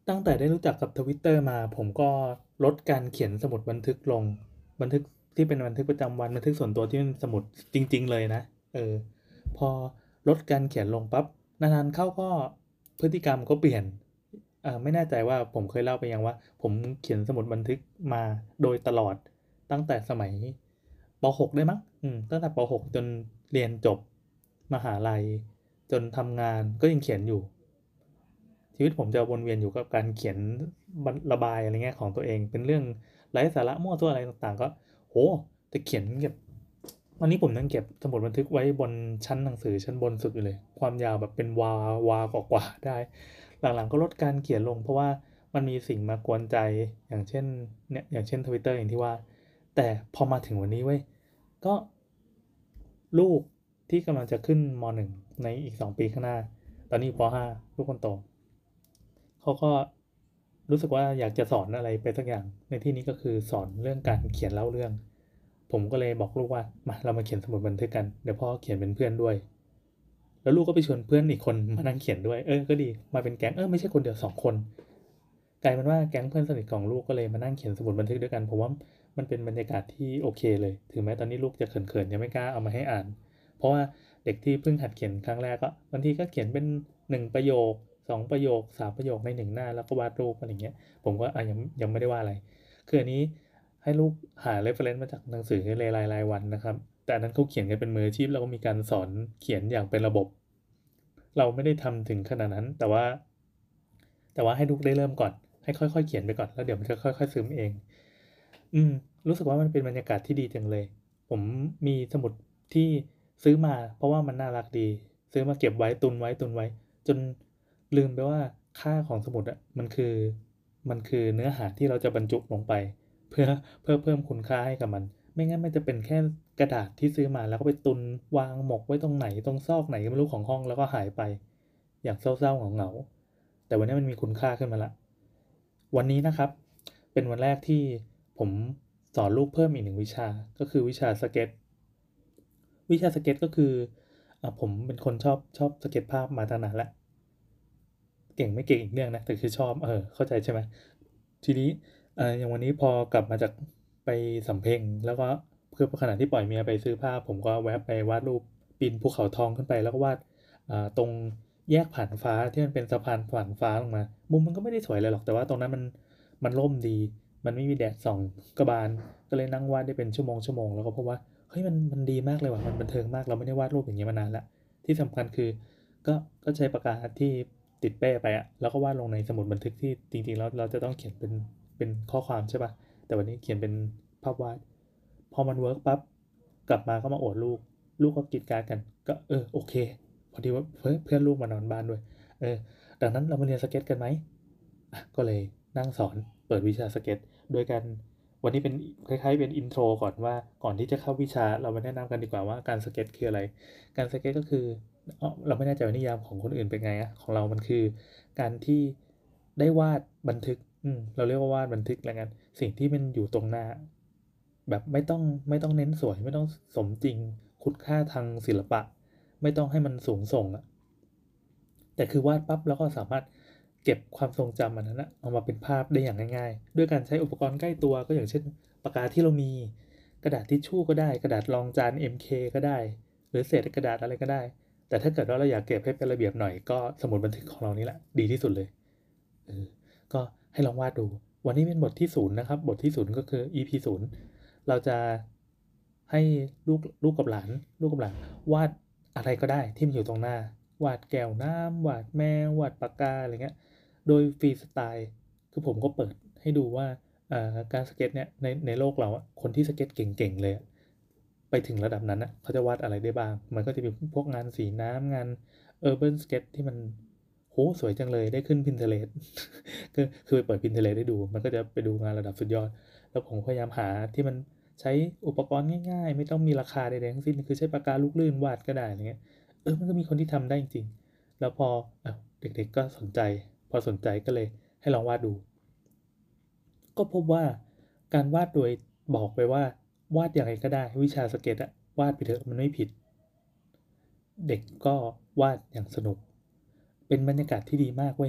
ตั้งแต่ได้รู้จักกับ Twitter มาผมก็ลดการเขียนสมุดบันทึกลงบันทึกที่เป็นบันทึกประจำวันบันทึกส่วนตัวที่เป็นสมุดจริงๆเลยนะพอลดการเขียนลงปั๊บนานๆเข้าก็พฤติกรรมก็เปลี่ยนไม่แน่ใจว่าผมเคยเล่าไปยังว่าผมเขียนสมุดบันทึกมาโดยตลอดตั้งแต่สมัยป .6 ได้มั้งตั้งแต่ป .6 จนเรียนจบมหาลัยจนทำงานก็ยังเขียนอยู่ชีวิตผมจะวนเวียนอยู่กับการเขียนระบายอะไรเงี้ยของตัวเองเป็นเรื่องไร้สาระมั่วตัวอะไรต่างๆก็โหแต่เขียนเก็บวันนี้ผมนั่งเก็บสมุดบันทึกไว้บนชั้นหนังสือชั้นบนสุดอยู่เลยความยาวแบบเป็นวากว่าได้หลังๆก็ลดการเขียนลงเพราะว่ามันมีสิ่งมากวนใจอย่างเช่นเนี่ยอย่างเช่น Twitter อย่างที่ว่าแต่พอมาถึงวันนี้เว้ยก็ลูกที่กำลังจะขึ้นม .1 ในอีก2ปีข้างหน้าตอนนี้ป .5 ลูกคนโตเขาก็รู้สึกว่าอยากจะสอนอะไรไปสักอย่างในที่นี้ก็คือสอนเรื่องการเขียนเล่าเรื่องผมก็เลยบอกลูกว่ามาเรามาเขียนสมุดบันทึกกันเดี๋ยวพ่อเขียนเป็นเพื่อนด้วยแล้วลูกก็ไปชวนเพื่อนอีกคนมานั่งเขียนด้วยก็ดีมาเป็นแก๊งไม่ใช่คนเดียว2 คนกลายเป็นว่าแก๊งเพื่อนสนิทของลูกก็เลยมานั่งเขียนสมุดบันทึกด้วยกันผมว่ามันเป็นบรรยากาศที่โอเคเลยถึงแม้ตอนนี้ลูกจะเขินๆยังไม่กล้าเอามาให้อ่านเพราะว่าเด็กที่เพิ่งหัดเขียนครั้งแรกก็บางทีก็เขียนเป็น1 ประโยค2 ประโยค3 ประโยคใน1 หน้าแล้วก็วาดรูปอะไรเงี้ยผมก็ยังไม่ได้ว่าอะไรคืออันนี้ให้ลูกหา reference มาจากหนังสือรายวันนะครับแต่อันนั้นเขาเขียนกันเป็นมืออาชีพแล้วก็มีการสอนเขียนอย่างเป็นระบบเราไม่ได้ทำถึงขนาดนั้นแต่ว่าให้ลูกได้เริ่มก่อนให้ค่อยๆเขียนไปก่อนแล้วเดี๋ยวมันจะค่อยๆซึมเองอืมรู้สึกว่ามันเป็นบรรยากาศที่ดีจังเลยผมมีสมุดที่ซื้อมาเพราะว่ามันน่ารักดีซื้อมาเก็บไว้ตุนไว้จนลืมไปว่าค่าของสมุดอะมันคือเนื้อหาที่เราจะบรรจุลงไปเพื่อเพิ่มคุณค่าให้กับมันไม่งั้นมันจะเป็นแค่กระดาษที่ซื้อมาแล้วก็ไปตุนวางหมกไว้ตรงไหนตรงซอกไหนก็ไม่รู้ของห้องแล้วก็หายไปอย่างเศร้าๆเหงาๆแต่วันนี้มันมีคุณค่าขึ้นมาละวันนี้นะครับเป็นวันแรกที่ผมสอนลูกเพิ่มอีก1 วิชาก็คือวิชาสเก็ตก็คือผมเป็นคนชอบสเก็ตภาพมาตั้งนานแล้วเก่งไม่เก่งอีกเรื่องนะแต่คือชอบเข้าใจใช่ไหมทีนี้อย่างวันนี้พอกลับมาจากไปสำเพ็งแล้วก็คือขณะที่ปล่อยเมียไปซื้อผ้าผมก็แวะไปวาดรูปปีนภูเขาทองขึ้นไปแล้วก็วาดตรงแยกผ่านฟ้าที่มันเป็นสะพานผ่านฟ้าลงมามุมมันก็ไม่ได้สวยอะไรหรอกแต่ว่าตรงนั้นมันร่มดีมันไม่มีแดดส่องกระบาลก็เลยนั่งวาดได้เป็นชั่วโมงแล้วก็พบว่าเฮ้ยมันดีมากเลยว่ะมันบันเทิงมากเราไม่ได้วาดรูปอย่างนี้มานานแล้วที่สำคัญคือก็ใช้ปากกาที่ติดเป้ไปอะแล้วก็วาดลงในสมุดบันทึกที่จริงๆแล้วเราจะต้องเขียนเป็นข้อความใช่ป่ะแต่วันนี้เขียนเป็นภาพวาดพอมันเวิร์กปั๊บกลับมาก็มาอวดลูกก็กรีดกรารกันก็โอเคพอดีว่าเพื่อนลูกมานอนบ้านด้วยเออดังนั้นเรามาเรียนสเก็ตกันไหมก็เลยนั่งสอนเปิดวิชาสเก็ตโดยการวันนี้เป็นคล้ายๆเป็นอินโทรก่อนว่าก่อนที่จะเข้าวิชาเรามาแนะนำกันดีกว่าว่าการสเก็ตคืออะไรการสเก็ตก็คือเราไม่แน่ใจว่านิยามของคนอื่นเป็นไงอะของเรามันคือการที่ได้วาดบันทึกเราเรียกว่าวาดบันทึกแล้วกันสิ่งที่มันอยู่ตรงหน้าแบบไม่ต้องเน้นสวยไม่ต้องสมจริงคุณค่าทางศิลปะไม่ต้องให้มันสูงส่งอะแต่คือวาดปั๊บแล้วก็สามารถเก็บความทรงจำอันนั้นนะเอามาเป็นภาพได้อย่างง่ายๆด้วยการใช้อุปกรณ์ใกล้ตัวก็อย่างเช่นปากกาที่เรามีกระดาษทิชชู่ก็ได้กระดาษรองจาน MK ก็ได้หรือเศษกระดาษอะไรก็ได้แต่ถ้าเกิดว่าเราอยากเก็บให้เป็นระเบียบหน่อยก็สมุดบันทึกของเรานี่แหละดีที่สุดเลยเออก็ให้ลองวาดดูวันนี้เป็นบทที่ศูนย์นะครับบทที่ศูนย์ก็คือ EP 0เราจะให้ลูกกับหลานวาดอะไรก็ได้ที่มันอยู่ตรงหน้าวาดแก้วน้ำวาดแมววาดปากกาอะไรเงี้ยโดยฟรีสไตล์คือผมก็เปิดให้ดูว่าการสเก็ตเนี่ยในโลกเราอะคนที่สเก็ตเก่งๆเลยไปถึงระดับนั้นอะเขาจะวาดอะไรได้บ้างมันก็จะมีพวกงานสีน้ำงานUrban Sketch ที่มันโหสวยจังเลยได้ขึ้น Pinterest คือไปเปิด Pinterest ได้ดูมันก็จะไปดูงานระดับสุดยอดแล้วผมพยายามหาที่มันใช้อุปกรณ์ง่ายๆไม่ต้องมีราคาใดๆทั้งสิ้นคือใช้ปากกาลูกลื่นวาดก็ได้อะไรเงี้ยมันก็มีคนที่ทำได้จริงๆแล้วพอเด็กๆก็สนใจพอสนใจก็เลยให้ลองวาดดูก็พบว่าการวาดโดยบอกไปว่าวาดอย่างไรก็ได้วิชาสเก็ตอะวาดไปเถอะมันไม่ผิดเด็กก็วาดอย่างสนุกเป็นบรรยากาศที่ดีมากเว้ย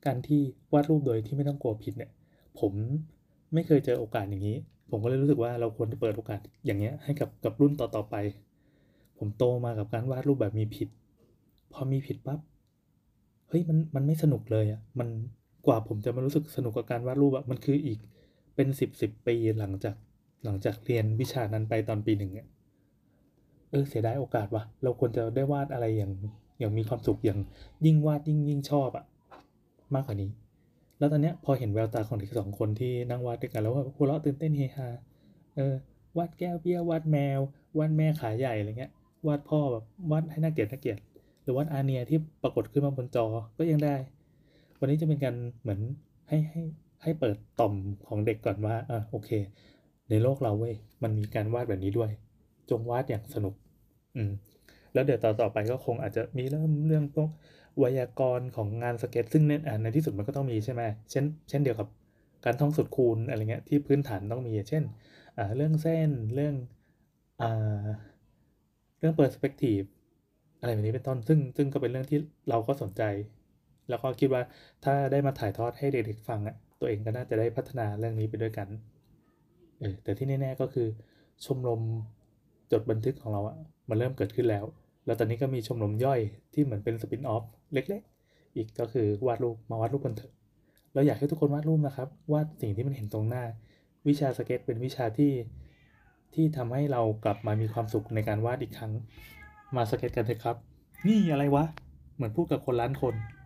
การที่วาดรูปโดยที่ไม่ต้องกลัวผิดเนี่ยผมไม่เคยเจอโอกาสอย่างนี้ผมก็เลยรู้สึกว่าเราควรจะเปิดโอกาสอย่างเงี้ยให้กับรุ่นต่อๆไปผมโตมากับการวาดรูปแบบมีผิดพอมีผิดปั๊บเฮ้ยมันไม่สนุกเลยอะมันกว่าผมจะมารู้สึกสนุกกับการวาดรูปอะมันคืออีกเป็น10ปีหลังจากเรียนวิชานั้นไปตอนปี1อะเสียดายโอกาสว่ะเราควรจะได้วาดอะไรอย่างมีความสุขอย่างยิ่งวาดยิ่งชอบอะมากกว่านี้แล้วตอนเนี้ยพอเห็นแววตาของเด็ก2คนที่นั่งวาดด้วยกันแล้วแบบหัวเราะตื่นเต้นเฮฮาวาดแก้วเบี้ยววาดแมววาดแม่ขาใหญ่อะไรเงี้ยวาดพ่อแบบวาดให้น่าเกลียดหรือวาดอาเนียที่ปรากฏขึ้นมาบนจอก็ยังได้วันนี้จะเป็นการเหมือนให้เปิดต่อมของเด็กก่อนว่าโอเคในโลกเราเว้ยมันมีการวาดแบบนี้ด้วยจงวาดอย่างสนุกแล้วเดี๋ยวต่อไปก็คงอาจจะมีเริ่มเรื่องพวกไวยากรณ์ของงานสเก็ตซึ่งในที่สุดมันก็ต้องมีใช่ไหมเช่นเดียวกับการท่องสูตรคูณอะไรเงี้ยที่พื้นฐานต้องมีเช่นเรื่องเส้นอ่าเรื่อง perspective อะไรแบบนี้เป็นต้นซึ่งก็เป็นเรื่องที่เราก็สนใจแล้วก็คิดว่าถ้าได้มาถ่ายทอดให้เด็กๆฟังอ่ะตัวเองก็น่าจะได้พัฒนาเรื่องนี้ไปด้วยกันแต่ที่แน่ๆก็คือชมรมจดบันทึกของเราอะมันเริ่มเกิดขึ้นแล้วตอนนี้ก็มีชมรมย่อยที่เหมือนเป็นสปินออฟเล็กๆอีกก็คือวาดรูปมาวาดรูปกันเถอะเราอยากให้ทุกคนวาดรูปนะครับวาดสิ่งที่มันเห็นตรงหน้าวิชาสเก็ตเป็นวิชาที่ทำให้เรากลับมามีความสุขในการวาดอีกครั้งมาสเก็ตกันเถอะครับนี่อะไรวะเหมือนพูดกับคนล้านคน